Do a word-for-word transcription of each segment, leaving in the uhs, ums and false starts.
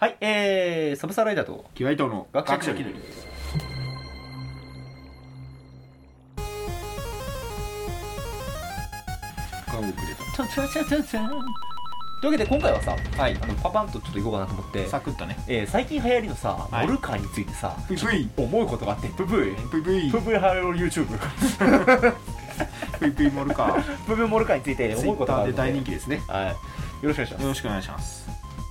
はい、えー、サブサーライダーとキワイトの学者気取り。 顔遅れた。 ちょちょちょちょちょ。というわけで今回はさ、はい、あのパパンとちょっといこうかなと思って、 サクッとね、 えー、最近流行りのさ、 はい、 モルカーについてさ、 ぷいぷい思うことがあって、ぷいぷいぷいぷいぷいぷいハロー YouTube ぷいぷいモルカーぷいぷいモルカーについて思うことがあるので、 Twitter で大人気ですね。 はい、よろしくお願いします。 よろしくお願いします。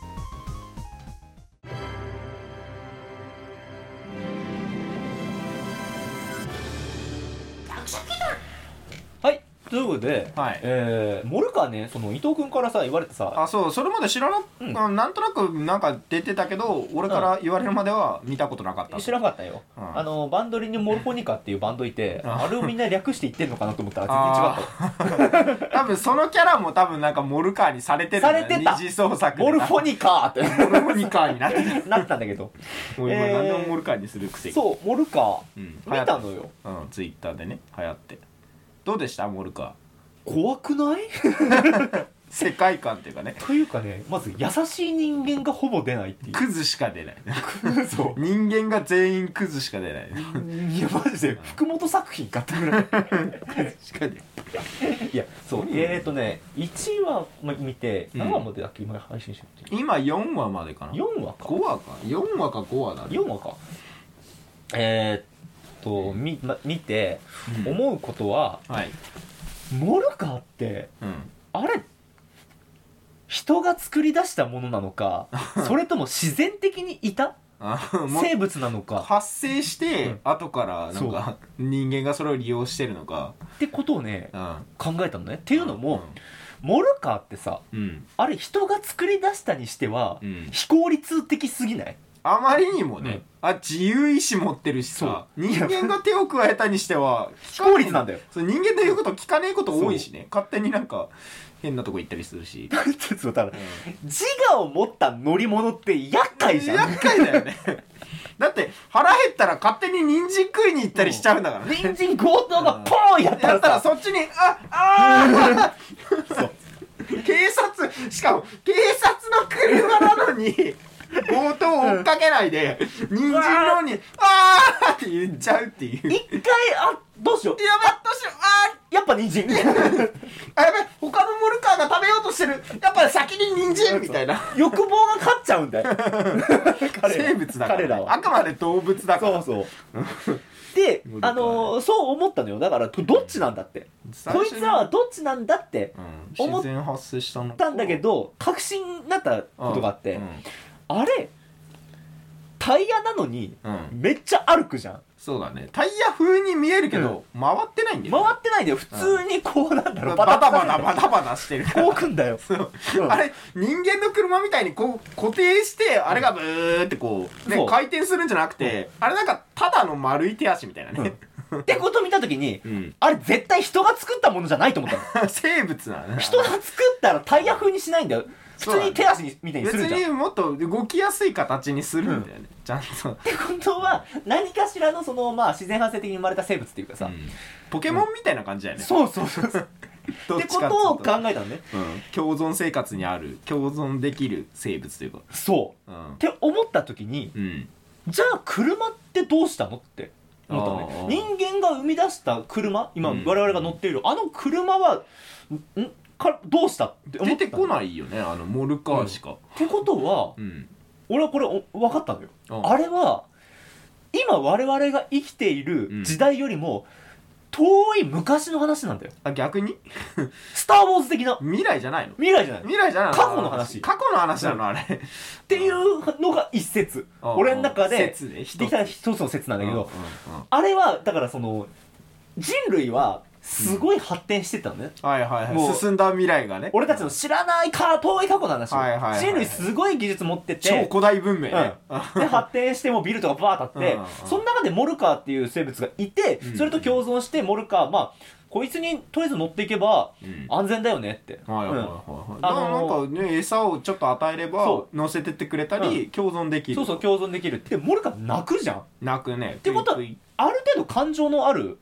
はい、ということで、 はい、 えー、モルカーね、その伊藤君からさ言われてさ、 あ、そう、それまで知らな、うん、なんとなくなんか出てたけど、俺から言われるまでは見たことなかった。 知らなかったよ、うん、あのバンドリにモルフォニカっていうバンドいて、あれをみんな略して言ってんのかなと思ったら全然違った多分そのキャラも多分なんかモルカーにされてる、 されてた、 二次創作でモルフォニカーってモルフォニカーになってなったんだけどもう今何でもモルカーにするくせに、 そう、モルカー、うん、見たのよ、 うん、ツイッターでね、流行って。どうでしたモルカー？ 怖くない世界観っていうかね。 というかね、まず優しい人間がほぼ出ないっていう。 クズしか出ないそう人間が全員クズしか出ないいやマジで福本作品買ったぐらい確かにいやそう、うん、えーとねいちわ見て何話までだっけ、今配信してる今よんわまでかな。 よんわかごわかよんわかごわだね。 よんわかえーっとみ、ま、見て思うことは、うん、はい、モルカーって、うん、あれ人が作り出したものなのかそれとも自然的にいた生物なのか、 発生して、うん、後からなんか人間がそれを利用してるのかってことをね、うん、考えたのね。っていうのも、うん、モルカーってさ、うん、あれ人が作り出したにしては、うん、非効率的すぎない？ あまりにもね、うん、あ自由意志持ってるしさ、人間が手を加えたにしては非効率なんだよ。 そう、人間の言うこと聞かねえこと多いしね、勝手になんか変なとこ行ったりするしそうだ、うん、自我を持った乗り物って厄介じゃん。 厄介だよねだって腹減ったら勝手に人参食いに行ったりしちゃうんだからね。 人参強盗がポーンやったらさ、 やったらそっちにああそう警察、しかも警察の車なのに強盗を追っかけないで、うん、人参のにあーって言っちゃうっていう。 一回あどうしよう、 やばいどうしよう、あーやっぱ人参あやばい他のモルカーが食べようとしてる、やっぱり先に人参みたいな欲望が勝っちゃうんだよ生物だから、ね、 彼らはあくまで動物だから。 そうそうで、あのー、そう思ったのよ。だからどっちなんだって、こいつらはどっちなんだって思ったんだけど、確信になったことがあって、うんうん、あれタイヤなのに、うん、めっちゃ歩くじゃん。 そうだね、タイヤ風に見えるけど、うん、回ってないんだよ、ね、 回ってないんだよ。普通にこうなんだろう、 バタバタバタバタしてるこうくんだよそう、うん、あれ人間の車みたいにこう固定して、あれがブーってこう、ね、回転するんじゃなくて、うん、あれなんかただの丸い手足みたいなね、 うん、ってこと見たときに、うん、あれ絶対人が作ったものじゃないと思ったの生物なのね。 人が作ったらタイヤ風にしないんだよ。普通に手足みたいにするじゃん。 別にもっと動きやすい形にするんだよね、うん、ちゃんと。 ってことは何かしらのその、まあ、自然発生的に生まれた生物っていうかさ、うん、 ポケモンみたいな感じだよね、うん、 そうそうそうってことを考えたのね、 うん、共存生活にある共存できる生物というか、 そう、うん、って思った時に、うん、じゃあ車ってどうしたのって思ったのね。人間が生み出した車、今、うん、我々が乗っているあの車はんかどうしたって思って出てこないよね、あのモルカーしか、うん、 ってことは、うん、俺はこれ分かったのよ、うん、あれは今我々が生きている時代よりも遠い昔の話なんだよ。 あ、逆にスター・ウォーズ的な。 未来じゃないの？ 未来じゃない。 未来じゃないの？ 過去の話。 過去の話なの、あれっていうのが一説、俺の中でできた一つの説なんだけど、あれはだからその人類はすごい発展してたのね、 うん、はいはいはい、進んだ未来がね、 俺たちの知らないか遠い過去の話を、はいはいはい、人類すごい技術持ってて超古代文明ね、 うん、で発展してもビルとかバーッとあって、うんうん、その中でモルカーっていう生物がいて、うん、それと共存してモルカー、まあこいつにとりあえず乗っていけば安全だよねって、 うん、はいはいはい、はい、あのー、なんかね、餌をちょっと与えれば乗せてってくれたり、うん、共存できる。 そうそう、共存できるって。モルカー泣くじゃん。 泣くね。 ってことはある程度感情のある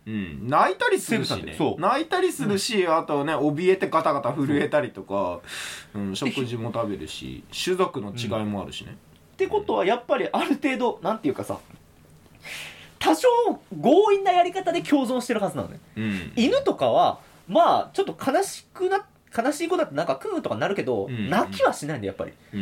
うん、泣いたりするしね。泣いたりするし、うん、あとね怯えてガタガタ震えたりとか、うん、食事も食べるし種族の違いもあるしね、うん、 ってことはやっぱりある程度なんていうかさ多少強引なやり方で共存してるはずなのね、うん、犬とかはまあちょっと悲しくな悲しい子だってなんかクーとかなるけど、うん、泣きはしないんだやっぱり、うんうん、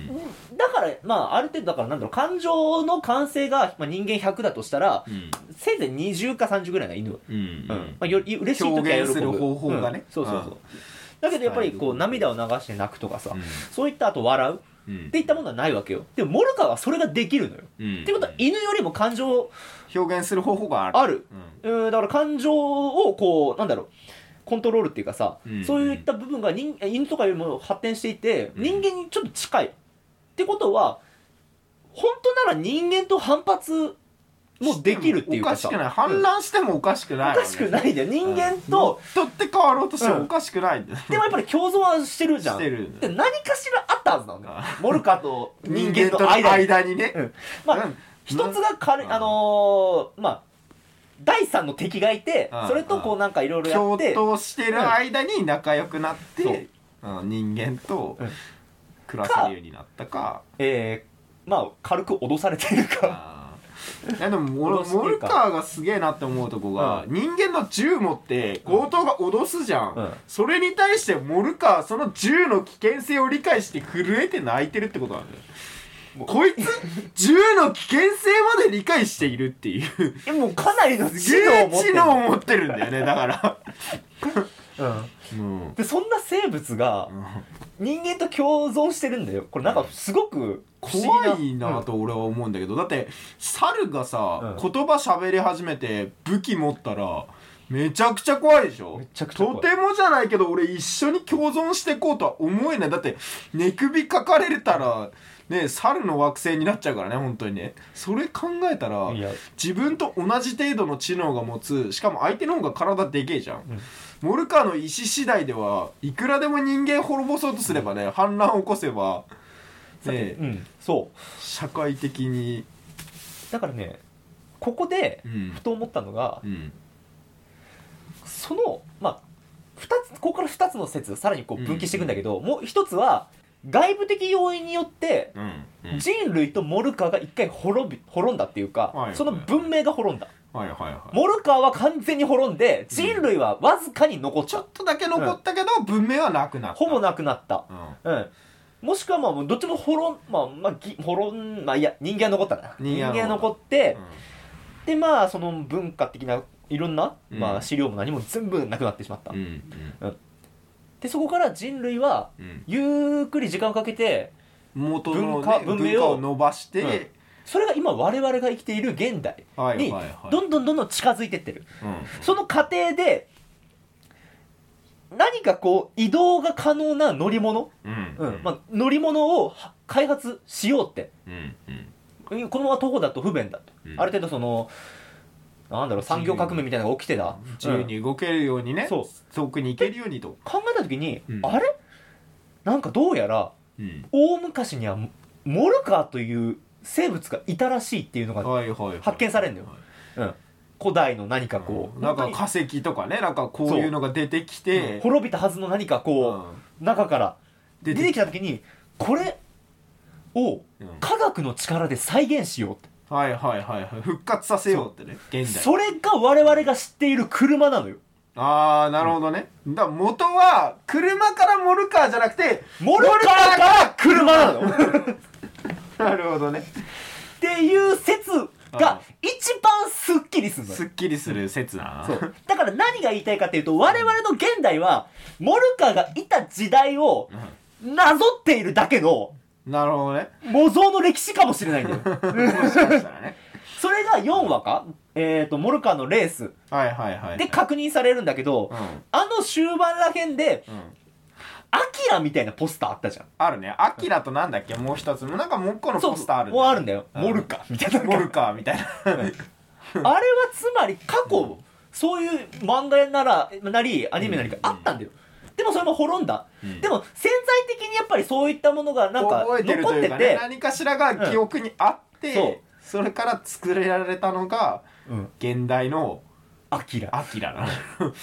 だからまあある程度だからなんだろう感情の感性が、まあ、人間ひゃくだとしたら、うん、せいぜいにじゅうかさんじゅうぐらいが犬は、うんうんまあ、よ嬉しい時は喜ぶ表現する方法がね、 うん、そうそうそうだけどやっぱりこう涙を流して泣くとかさ、うん、そういったあと笑う、うん、っていったものはないわけよ。でもモルカーはそれができるのよ、うん、ってことは犬よりも感情を表現する方法があるある、うん、だから感情をこうなんだろうコントロールっていうかさ、うん、そういった部分が人犬とかよりも発展していて、うん、人間にちょっと近いってことは本当なら人間と反発もできるっていうかさおかしくない反乱してもおかしくない、ね、 おかしくないんだよ人間と、 うん、取って変わろうとしてもおかしくないんだよ、 うん、でもやっぱり共存はしてるじゃんしてるで何かしらあったはずなのねモルカと人間の間に間にね、うん、 まあ、うん、一つが彼、うん、あのー、まあ第三の敵がいて、うん、それとこうなんかいろいろやって共闘してる間に仲良くなって、うんうん、人間と暮らせるようになったか、かえー、まあ軽く脅されているかいやでもモルカーがすげえなって思うとこが、うん、人間の銃持って強盗が脅すじゃん、うん、それに対してモルカーはその銃の危険性を理解して震えて泣いてるってことなんだよこいつ銃の危険性まで理解しているっていうえもうかなりの知能を持ってる知能を持ってるんだよねだからうん、うん、でそんな生物が人間と共存してるんだよこれなんかすごく怖いなと俺は思うんだけど、うん、だって猿がさ、うん、言葉喋り始めて武器持ったらめちゃくちゃ怖いでしょ。めちゃくちゃ怖い。とてもじゃないけど俺一緒に共存していこうとは思えない。だって寝首かかれたらね猿の惑星になっちゃうからね本当にね。それ考えたら自分と同じ程度の知能が持つしかも相手の方が体でけえじゃん、うん、モルカーの意思次第ではいくらでも人間滅ぼそうとすればね、うん、反乱を起こせばね、うん、そう社会的にだからねここでふと思ったのが、うんうんそのまあふたつここからふたつの説さらにこう分岐していくんだけど、うん、もう一つは外部的要因によって、うんうん、人類とモルカーが一回滅び滅んだっていうか、はいはいはい、その文明が滅んだ、はいはいはい、モルカーは完全に滅んで人類はわずかに残った、 ちょっとだけ残ったけど、うん、文明はなくなったほぼなくなった、うんうん、もしくはまあどっちも滅んまあまあ滅んまあいや人間は残ったな人間は残って、うん、でまあその文化的ないろんな、うんまあ、資料も何も全部なくなってしまった、うんうんうん、でそこから人類はゆっくり時間をかけて元の、ね、文化、文明を伸ばして、うん、 それが今我々が生きている現代にどんどんどんどん近づいていってる、はいはいはい、その過程で何かこう移動が可能な乗り物、うんうんまあ、乗り物を開発しようって、うんうん、このまま徒歩だと不便だと、うん、ある程度そのなんだろう産業革命みたいなのが起きてた自由に動けるようにね、うん、遠くに行けるようにと考えた時に、うん、あれなんかどうやら、うん、大昔にはモルカーという生物がいたらしいっていうのが発見されるんだよ、はいはいはいうん、古代の何かこう、 うん、なんか化石とかねなんかこういうのが出てきて、 うん、滅びたはずの何かこう、うん、中から出てきた時にこれを科学の力で再現しようってはいはいはいはい復活させようってね現代それが我々が知っている車なのよ。 ああなるほどね、うん、だから元は車からモルカーじゃなくてモルカーから車なのなるほどねっていう説が一番スッキリするのよ。 スッキリする説だな、 そうだから何が言いたいかっていうと我々の現代はモルカーがいた時代をなぞっているだけのなるほどね模造の歴史かもしれないんだよもしかしたらねそれがよんわか、えーと、モルカーのレースで確認されるんだけど、はいはいはいはい、あの終盤らへんで、うん、アキラみたいなポスターあったじゃん。 あるね。アキラとなんだっけもう一つなんかもう一個のポスターある、ね、 もうあるんだよ、うん、モルカみたいなモルカみたいなあれはつまり過去、うん、そういう漫画ならなりアニメなりがあったんだよ、うんでもそれも滅んだ、うん、でも潜在的にやっぱりそういったものがなんか残ってて覚えてるというか、ね、 何かしらが記憶にあって、うん、そ, それから作られたのが、うん、現代のアキラアキラな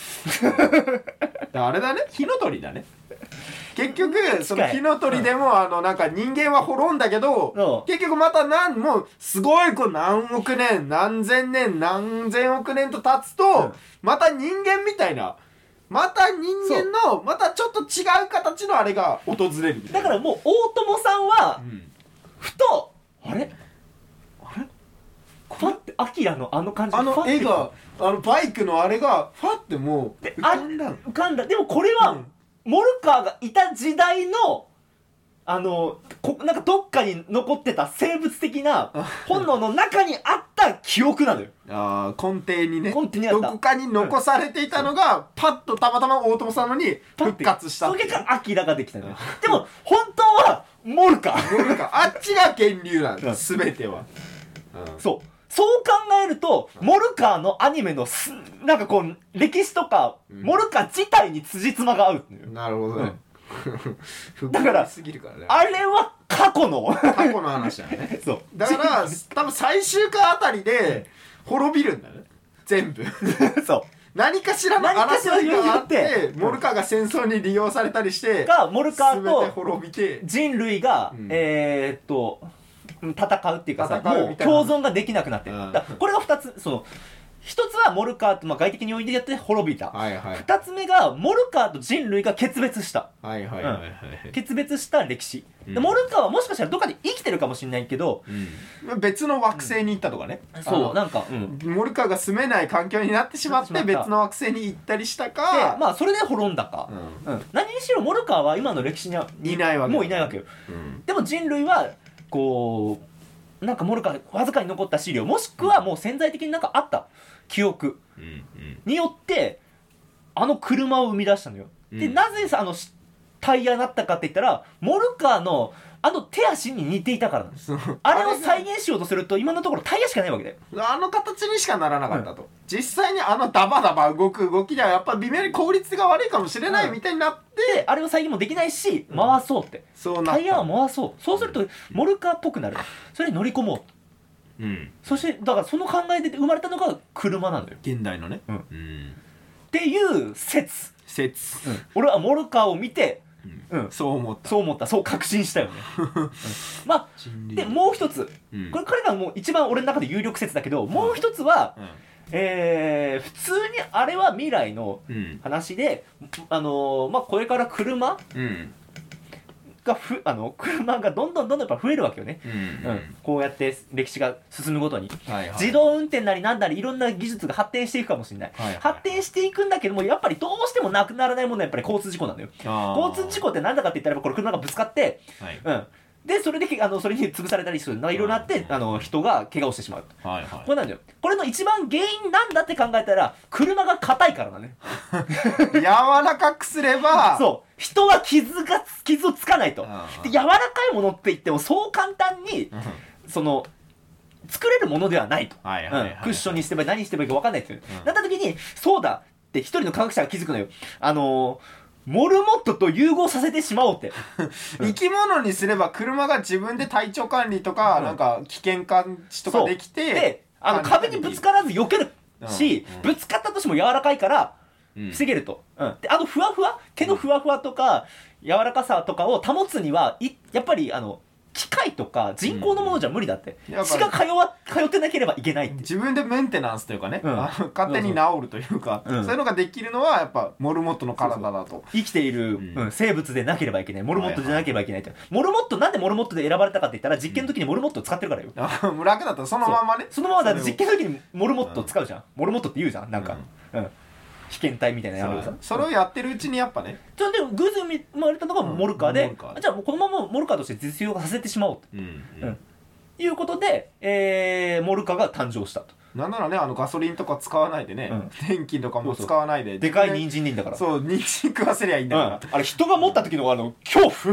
だあれだね、火の鳥だね結局その火の鳥でも、うん、あのなんか人間は滅んだけど、うん、結局また何もうすごいこう何億年何千年何千億年と経つと、うん、また人間みたいなまた人間のまたちょっと違う形のあれが訪れるみたいな。 だからもう大友さんは、うん、ふとあれあれファってアキラのあの感じあの絵があのバイクのあれがファってもう浮かんだ浮かんだ。でもこれは、うん、モルカーがいた時代のあのこなんかどっかに残ってた生物的な本能の中にあった記憶なのよ。 ああ根底にね、 根底にあったどこかに残されていたのが、うん、パッとたまたま大友さんのに復活したそれがアキラができたのよでも本当はモルカーモルカーあっちが源流なんだ全ては、 うん、そうそう考えると、うん、モルカーのアニメのすなんかこう歴史とか、うん、モルカー自体に辻褄が合うのよ。 なるほどね、 うん、だからすぎるからねあれは過去の過去の話だねそうだから多分最終回あたりで滅びるんだね全部そう何かしらの争いがあってモルカーが戦争に利用されたりしてがモルカーと滅びて人類が、うん、えー、っと戦うっていうかさもう共存ができなくなってる、うん、だこれがふたつその一つはモルカーと、まあ、外的においてやって滅びた、 はいはい、 二つ目がモルカーと人類が決別した、 はいはいはいはいうん、決別した歴史、うん、でモルカーはもしかしたらどっかで生きてるかもしれないけど、 うん、別の惑星に行ったとかね、 うん、そうなんか、うん、 モルカーが住めない環境になってしまって別の惑星に行ったりしたかで、まあ、それで滅んだか、うんうん、何にしろモルカーは今の歴史にはいないわけもういないわけよ、うん、でも人類はこうなんかモルカーわずかに残った資料もしくはもう潜在的になんかあった記憶によってあの車を生み出したのよ、うん、でなぜさあのタイヤになったかって言ったらモルカーのあの手足に似ていたからなんですあれを再現しようとすると今のところタイヤしかないわけであの形にしかならなかったと、うん、実際にあのダバダバ動く動きではやっぱ微妙に効率が悪いかもしれないみたいになって、 うん、あれを再現もできないし回そうって、うん、 そうなタイヤは回そうそうするとモルカーっぽくなるそれに乗り込もう、うん、そしてだからその考えで生まれたのが車なのよ現代のね、 うんうん、っていう説説、 うん、俺はモルカーを見てうんうん、そう思ったそう思ったそう確信したよね、うん、まあでもう一つ、うん、これ彼がもう一番俺の中で有力説だけど、うん、もう一つは、うんえー、普通にあれは未来の話で、うん、あのー、まあこれから車、うんがふあの車がどんどんどんどんやっぱ増えるわけよね、うんうん、こうやって歴史が進むごとに、はいはい、自動運転なりなんなりいろんな技術が発展していくかもしれない、はいはい、発展していくんだけどもやっぱりどうしてもなくならないものはやっぱり交通事故なんだよ交通事故ってなんだかって言ったらこれ車がぶつかって、はいうん、でそれであのそれに潰されたりするいろいろあって、はい、あの人が怪我をしてしまう、はいはい、これなんだよこれの一番原因なんだって考えたら車が硬いからだね柔らかくすればそう人は傷が傷をつかないとで柔らかいものって言ってもそう簡単にその作れるものではないと、はいはいはいはい、クッションにしてば何してばいいか分かんないっていう、うん、なった時にそうだって一人の科学者が気づくのよあのー、モルモットと融合させてしまおうって生き物にすれば車が自分で体調管理とか、うん、なんか危険感知とかできてであの壁にぶつからず避けるし、うんうん、ぶつかったとしても柔らかいから防げると、うん、であのふわふわ毛のふわふわとか柔らかさとかを保つにはいやっぱりあの機械とか人工のものじゃ無理だって、うん、血が通わ通ってなければいけないって自分でメンテナンスというかね、うん、あの勝手に治るというか、うん、そういうのができるのはやっぱモルモットの体だと生きている、うんうん、生物でなければいけないモルモットじゃなければいけないって、はいはい、モルモットなんでモルモットで選ばれたかって言ったら実験の時にモルモットを使ってるからよ、 うん、楽だったらそのままねそ, そのままだって実験の時にモルモットを使うじゃん、うん、モルモットって言うじゃんなんか、うんうん被験体みたいなやつさそれをやってるうちにやっぱねじゃあでも偶然生まれたのがモルカーで、うん、カーじゃあもうこのままモルカーとして実用化させてしまおうと、うんうんうん、いうことで、えー、モルカーが誕生したとなんならねあのガソリンとか使わないでね、うん、電気とかも使わないででかい人参でいいんだからそう人参食わせりゃいいんだから、うん、 あれ人が持った時のあの恐怖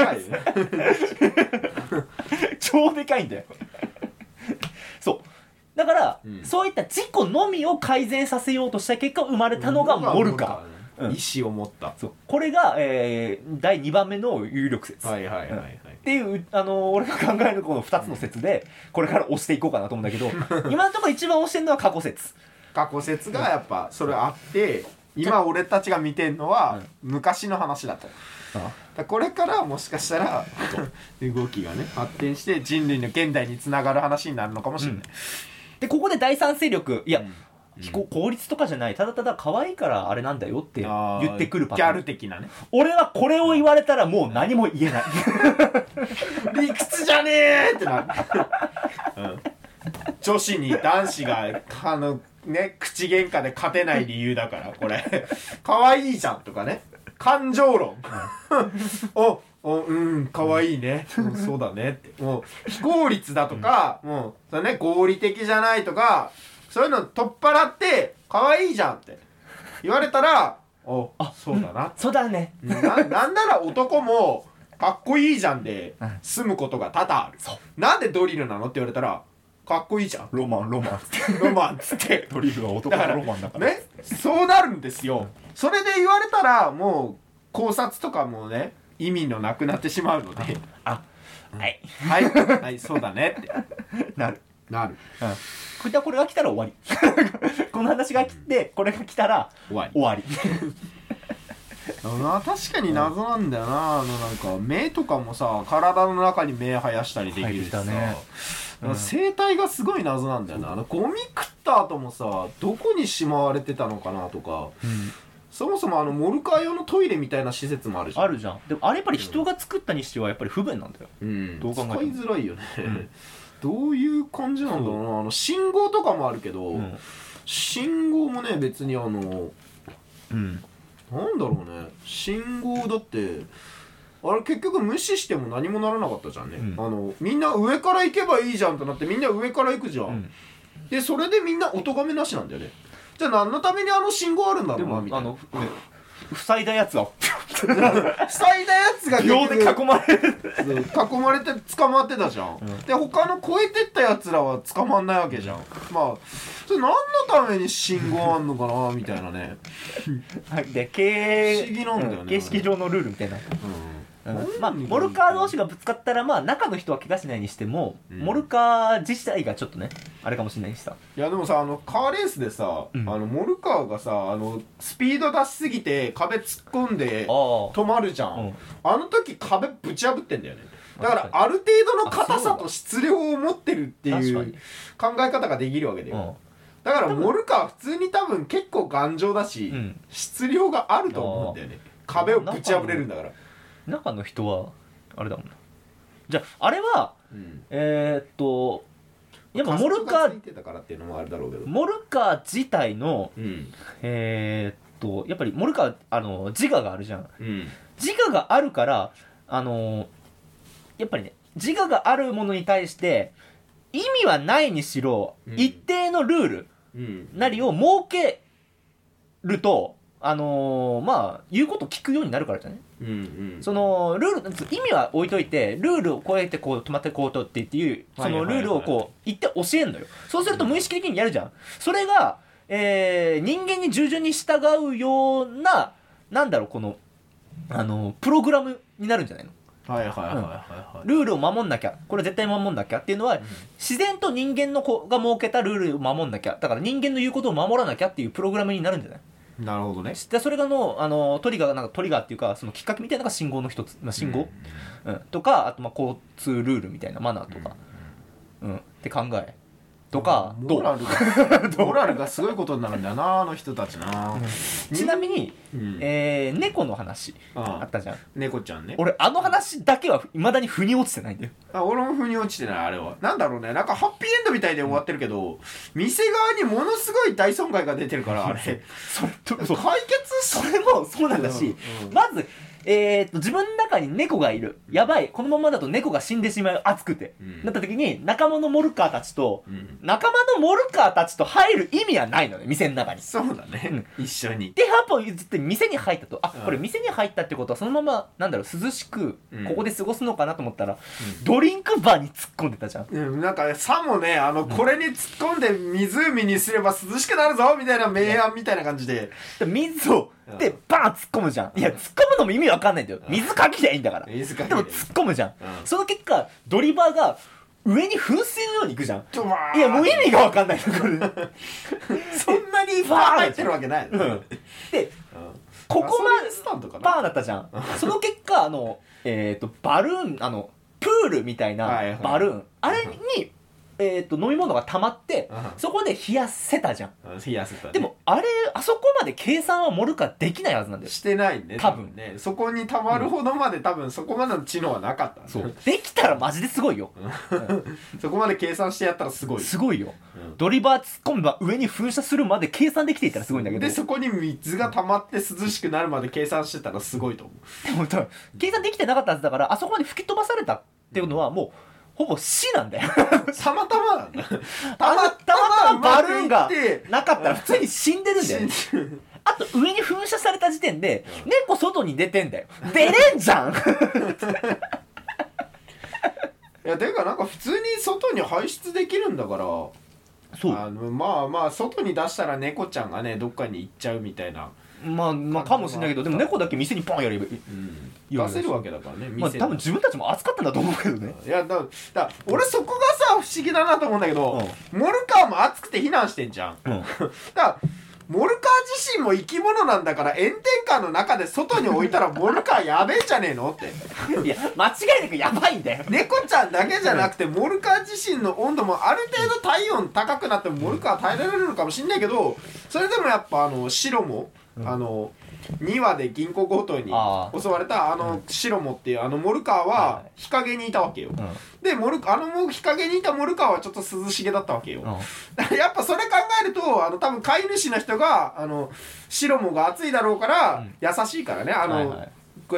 超でかいんだよそうだから、うん、そういった自己のみを改善させようとした結果生まれたのがモルカー、 うん、意志を持ったそうこれが、えー、だいにばんめの有力説、 はいはいはいはい、うん、 っていう、あのー、俺が考えるこのふたつの説でこれから押していこうかなと思うんだけど今のところ一番押してるのは過去説過去説がやっぱそれあって、今俺たちが見てんのは昔の話だと。だこれからもしかしたら動きがね発展して人類の現代につながる話になるのかもしれない、うん、 でここで第三勢力いや、うんうん、効率とかじゃないただただ可愛いからあれなんだよって言ってくるパターンギャル的なね。 俺はこれを言われたらもう何も言えない理屈じゃねえってなる、うん、女子に男子があのね口喧嘩で勝てない理由だからこれ可愛いじゃんとかね感情論おおうん可愛いね、うん、そうだねってもう非効率だとか、うん、もうそれね合理的じゃないとかそういうの取っ払って可愛いじゃんって言われたらおあそうだな、うん、 そうだねな, なんなら男もかっこいいじゃんで済むことが多々ある、うん、なんでドリルなのって言われたらかっこいいじゃんロマンロマンロマンっつってドリルは男のロマンだからねそうなるんですよ。それで言われたらもう考察とかもね意味のなくなってしまうのであはいはい、はい、そうだねってなるなる、 うん、これが来たら終わりこの話が来てこれが来たら終わり終わりな確かに謎なんだよな、あのなんか目とかもさ体の中に目生やしたりできるしさ、ねうん、生態がすごい謎なんだよな。あのゴミ食った後もさどこにしまわれてたのかなとか、うん、そもそもあのモルカー用のトイレみたいな施設もあるじゃん。 あるじゃん。でもあれやっぱり人が作ったにしてはやっぱり不便なんだよ、 うん、 どう考えても使いづらいよね、うん、どういう感じなんだろうな。あの信号とかもあるけど、うん、信号もね別にあの、うん、なんだろうね信号だってあれ結局無視しても何もならなかったじゃんね、うん、あのみんな上から行けばいいじゃんとなってみんな上から行くじゃん、うん、でそれでみんなお咎めなしなんだよね。じゃあ何のためにあの信号あるんだろうなみたいな。 あの、ね、塞いだやつは塞いだやつが秒で囲まれる囲まれて捕まってたじゃん、うん、で他の越えてったやつらは捕まんないわけじゃん。まあそれ何のために信号あんのかなみたいなねで形不思議なんだよね、 うん、形式上のルールみたいな、うんうん、まあモルカー同士がぶつかったらまあ中の人は怪我しないにしても、うん、モルカー自体がちょっとねあれかもしれないしさ。 いやでもさあのカーレースでさ、うん、あのモルカーがさあのスピード出しすぎて壁突っ込んで止まるじゃん、うん、あの時壁ぶち破ってんだよね。だからある程度の硬さと質量を持ってるっていう考え方ができるわけだよ、うん、だからモルカー普通に多分結構頑丈だし、うん、質量があると思うんだよね。壁をぶち破れるんだから。 中の人はあれだもんな。じゃああれは、うん、えー、っとやっぱモルカーモルカー自体の、うん、えー、っとやっぱりモルカーあの自我があるじゃん、うん、自我があるからあのやっぱりね自我があるものに対して意味はないにしろ、うん、一定のルールなりを設けるとあのー、まあ言うこと聞くようになるからじゃね、うんうん、そのルール意味は置いといてルールを超えてこう止まってこうとってっていうそのルールをこう言って教えんのよ。そうすると無意識的にやるじゃん。それが、えー、人間に従順に従うようななんだろうこのあのプログラムになるんじゃないの。 はいはいはいはい、はいうん、ルールを守んなきゃこれ絶対守んなきゃっていうのは、うん、自然と人間の子が設けたルールを守んなきゃだから人間の言うことを守らなきゃっていうプログラムになるんじゃない。 なるほどね。 でそれがのあのトリガーなんかトリガーっていうかそのきっかけみたいなのが信号の一つ、まあ、信号、うんうん、とかあとまあ交通ルールみたいなマナーとか、うん、うん、って考えとかモラルがモラルがすごいことになるんだよなあの人たちな、 うん、ちなみに、うん、えー、猫の話あったじゃん。 猫ちゃんね。 俺あの話だけはいまだに腑に落ちてないんだよ。 あ俺も腑に落ちてない。あれはなんだろうねなんかハッピーエンドみたいで終わってるけど、うん、店側にものすごい大損害が出てるからあれそそ解決それもそうなんだし、うんうん、まずえー、っと自分の中に猫がいるやばいこのままだと猫が死んでしまう熱くて、うん、なった時に仲間のモルカーたちと、うん、仲間のモルカーたちと入る意味はないのね店の中に。 そうだね、うん、一緒にではっぽん譲って店に入ったとあ、うん、これ店に入ったってことはそのままなんだろう涼しくここで過ごすのかなと思ったら、うん、ドリンクバーに突っ込んでたじゃん、 うん、なんかさもねあの、うん、これに突っ込んで湖にすれば涼しくなるぞみたいな明暗みたいな感じで水をでバーン突っ込むじゃん。いや突っ込むのも意味わかんないんだよ。水かきりゃいいんだから。 水かきでも突っ込むじゃん、うん、その結果ドリバーが上に噴水のように行くじゃん。いやもう意味が分かんないこれそんなにバー入ってるわけない、 うん、で、うん、ここまでバーだったじゃんその結果あのえっ、ー、とバルーンあのプールみたいなバルーン、はいはい、あれにえー、と飲み物が溜まってそこで冷やせたじゃん。 冷やせた、ね、 でもあれあそこまで計算はモルカーできないはずなんだよ。 してないね多分ね。そこに溜まるほどまで、うん、多分そこまでの知能はなかった、ね、 そうできたらマジですごいよ、 うん、そこまで計算してやったらすごいすごいよ、うん、ドリバー突っ込めば上に噴射するまで計算できていたらすごいんだけどでそこに水が溜まって涼しくなるまで計算してたらすごいと思う。 でも多分計算できてなかったはずだからあそこまで吹き飛ばされたっていうのはもうほぼ死なんだよたまたまなんだたまたまバルーンがなかったら普通に死んでるんだよあと上に噴射された時点で猫外に出てんだよ出れんじゃんいやていうかなんか普通に外に排出できるんだからそうあのまあまあ外に出したら猫ちゃんがねどっかに行っちゃうみたいなまあまあかもしれないけどでも猫だけ店にポンやればいい、うん、 出せるわけだからね。 まあ多分自分たちも熱かったんだと思うけどね。 いやだだ俺そこがさ不思議だなと思うんだけど、うん、モルカーも熱くて避難してんじゃん、うん、だからモルカー自身も生き物なんだから炎天下の中で外に置いたらモルカーやべえんじゃねえのっていや間違いなくやばいんだよ。 猫ちゃんだけじゃなくてモルカー自身の温度もある程度体温高くなってもモルカー耐えられるのかもしんないけどそれでもやっぱあの白も、うん、あのにわで銀行強盗に襲われたあのシロモっていうあのモルカーは日陰にいたわけよ、うん、でモルあの日陰にいたモルカーはちょっと涼しげだったわけよ、うん、だからやっぱそれ考えるとあの多分飼い主の人があのシロモが暑いだろうから、うん、優しいからねあの、はいはい、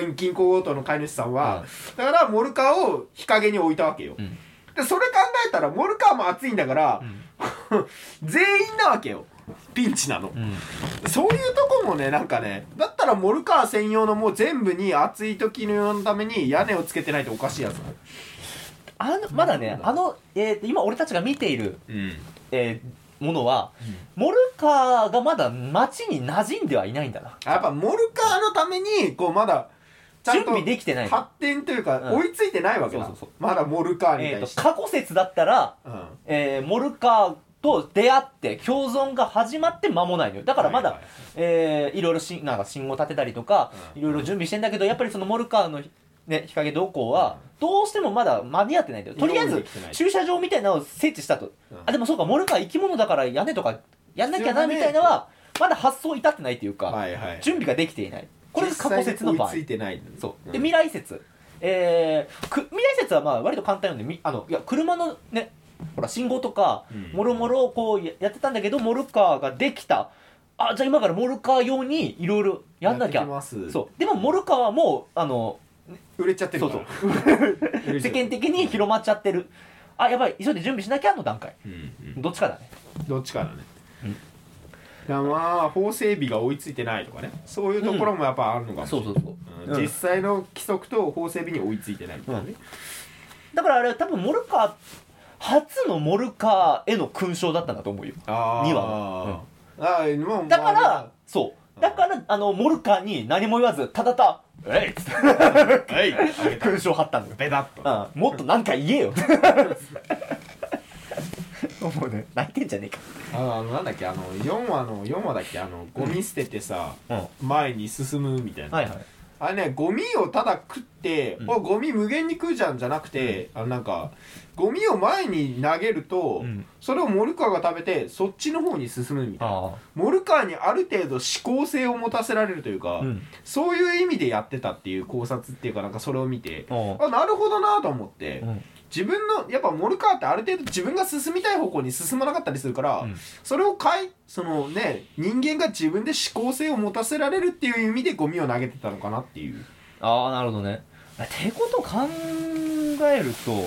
銀行強盗の飼い主さんは、うん、だからモルカーを日陰に置いたわけよ、うん、でそれ考えたらモルカーも暑いんだから、うん、全員なわけよピンチなの、うん、そういうとこもねなんかねだったらモルカー専用のもう全部に暑い時のために屋根をつけてないとおかしいやつなの。 あのまだねあの、えー、今俺たちが見ている、うんえー、ものは、うん、モルカーがまだ街に馴染んではいないんだな。 やっぱモルカーのためにこうまだちゃんと準備できてない発展というか、うん、追いついてないわけだ。そうそうそうまだモルカーに対して、 えー、過去説だったら、うんえー、モルカーと出会って共存が始まって間もないのよ。だからまだ、はいはいえー、いろいろしなんか信号立てたりとか、うん、いろいろ準備してんだけどやっぱりそのモルカーの、ね、日陰動向はどうしてもまだ間に合ってないんだよ。とりあえず駐車場みたいなのを設置したと、うん、あでもそうかモルカー生き物だから屋根とかやんなきゃなみたいなのはまだ発想至ってないというか、はいはい、準備ができていない。これが過去説の場合。 追いついてない、 そう、うん、で未来説、えー、く未来説はまあ割と簡単なんでみあのいや車のねほら信号とかもろもろこうやってたんだけどモルカーができた。あじゃあ今からモルカー用にいろいろやんなきゃ。そうでもモルカーはもうあの売れちゃってるからそうそう世間的に広まっちゃってる。あやばい急いで準備しなきゃの段階、うんうん、どっちかだねどっちかだね、うん、だまあ法整備が追いついてないとかねそういうところもやっぱあるのかもしれない、うん、そうそうそう、うん、実際の規則と法整備に追いついてないみたいなね、うん、 だからあれ多分モルカー初のモルカーへの勲章だったんだと思うよ。 あにわの、うん、あもうだから、まあ、そうだからあのモルカーに何も言わずただた「えい!」っつって勲章貼ったんだよベタッと、 うん、もっとなんか言えよもうね泣いてんじゃねえか。 あのあのなんだっけあのよんわのよんわだっけあのゴミ捨ててさ、うん、前に進むみたいな、はいはいあれねゴミをただ食って、うん、おゴミ無限に食うじゃんじゃなくて、うん、あのなんかゴミを前に投げると、うん、それをモルカーが食べてそっちの方に進むみたいなモルカーにある程度思考性を持たせられるというか、うん、そういう意味でやってたっていう考察っていうかなんかそれを見てあなるほどなと思って、うん、自分のやっぱモルカーってある程度自分が進みたい方向に進まなかったりするから、うん、それをかいそのね人間が自分で思考性を持たせられるっていう意味でゴミを投げてたのかなっていう。 ああなるほどね。ってことを考えると、うん、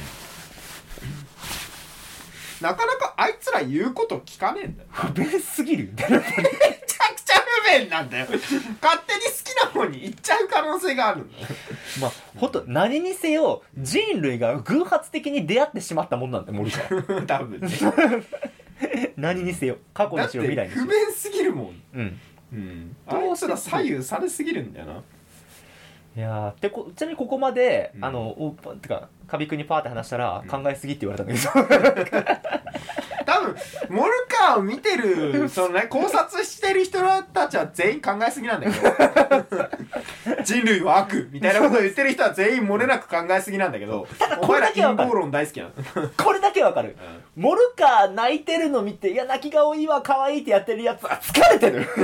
なかなかあいつら言うこと聞かねえんだよ。 不便すぎるめちゃくちゃ不便なんだよ。勝手に好きな方に行っちゃう可能性があるんだよ。 まあほんと何にせよ人類が偶発的に出会ってしまったもんなんだよモルカー多分ね何にせよ過去にしろ未来にしろ不便すぎるもん。うん、うん、あいつら左右されすぎるんだよな。 いやーでこちなみにここまで、 うん、 あのおてかカビ君にパーって話したら、うん、考えすぎって言われたんだけど多分モルカーを見てるその、ね、考察してる人たちは全員考えすぎなんだけど人類は悪みたいなことを言ってる人は全員漏れなく考えすぎなんだけどただこれだけは分かる。 お前ら陰謀論大好きなのこれだけは分かる、うん、モルカー泣いてるの見ていや泣き顔いいわ可愛いってやってるやつは疲れてる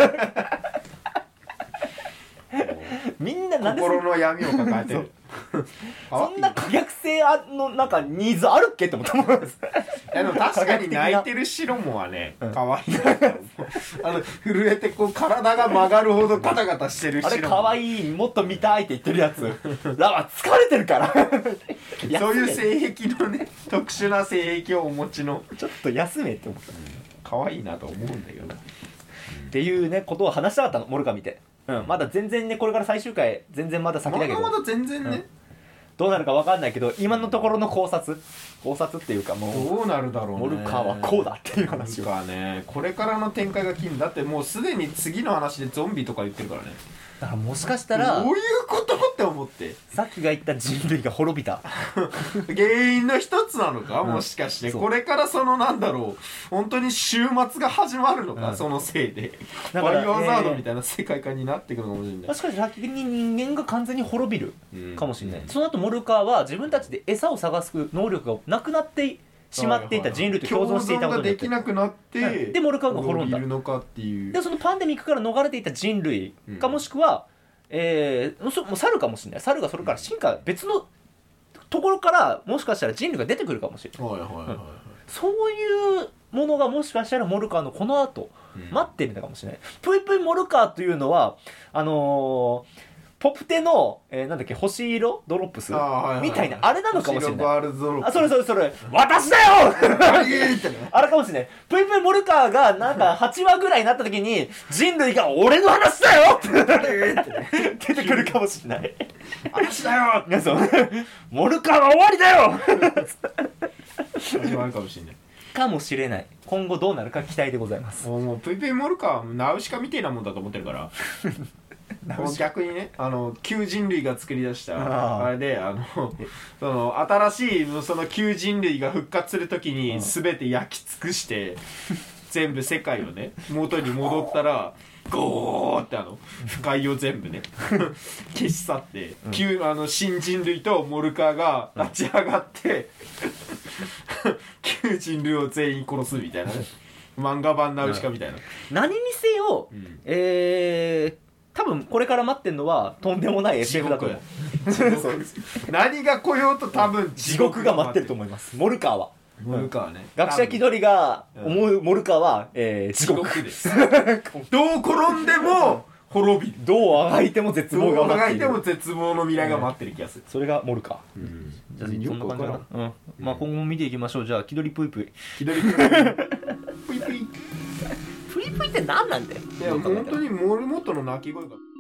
みんななんで心の闇を抱えてるそんな可逆性のなんかニーズあるっけって思ったもんですいやでも確かに泣いてるシロモはね可愛いなと思うあの震えてこう体が曲がるほどガタガタしてるシロモあれ可愛いもっと見たいって言ってるやつラは疲れてるからそういう性癖のね特殊な性癖をお持ちのちょっと休めって思った、うん、 可愛いなと思うんだけど、うん、 っていうねことを話したかったのモルカ見て、うん、まだ全然ねこれから最終回全然まだ先だけどまだまだ全然ね、うん、 どうなるか分かんないけど今のところの考察考察っていうかもうどうなるだろうねモルカーはこうだっていう話をモルカーねこれからの展開が気にだってもうすでに次の話でゾンビとか言ってるからねだからもしかしたらどういうことって思ってさっきが言った人類が滅びた原因の一つなのか、うん、もしかしてこれからそのなんだろう本当に週末が始まるのか、うん、そのせいでバイオハザードみたいな世界観になってくるかもしれない、えー、 もしかして先に人間が完全に滅びるかもしれない、うん、その後モルカーは自分たちで餌を探す能力がなくなってしまっていた人類と共存していたことによって共存ができなくなって、はい、 でモルカーが滅んだいるのかっていうでそのパンデミックから逃れていた人類か、うん、もしくは、えー、そもう猿かもしれない猿がそれから進化別のところからもしかしたら人類が出てくるかもしれない、はいはいはいはい、うん、そういうものがもしかしたらモルカーのこの後、うん、待っているのかもしれない。ぷいぷいモルカーというのはあのーポプテの、えー、なんだっけ星色ドロップス、はいはいはい、みたいなあれなのかもしれない。 星色ガールズドロップス。 あ、それそれそれ私だよあれかもしれない。ぷいぷいモルカーがなんかはちわぐらいになった時に人類が俺の話だよって出てくるかもしれない話だよいやそうモルカーは終わりだよ始まるかもしれないかもしれない。今後どうなるか期待でございます。 もうぷいぷいモルカーはナウシカみたいなもんだと思ってるから逆にねあの旧人類が作り出したあ, あれであのその新しいその旧人類が復活するときに全て焼き尽くして全部世界をね元に戻ったらゴーってあの不快を全部ね消し去って、うん、旧あの新人類とモルカーが立ち上がって、うん、旧人類を全員殺すみたいなね漫画版ナウシカみたいな、 何にせよ、うん、えー多分これから待ってんのはとんでもない エスエフ だと思う何が来ようと多分地獄が待ってると思います。モルカーはモルカーね、 学者気取りが思うモルカーは、えー、地獄ですどう転んでも滅びる、 どうあがいても絶望が待っている、 どうあがいても絶望の未来が待ってる気がする、 それがモルカー、うん、じゃあそんな感じかな、うん、まあ今後も見ていきましょう。じゃあ気取りぷいぷい気取りぷいぷいぷいぷいぷいぷいって何なんだよ。 いや本当にモルモットの鳴き声が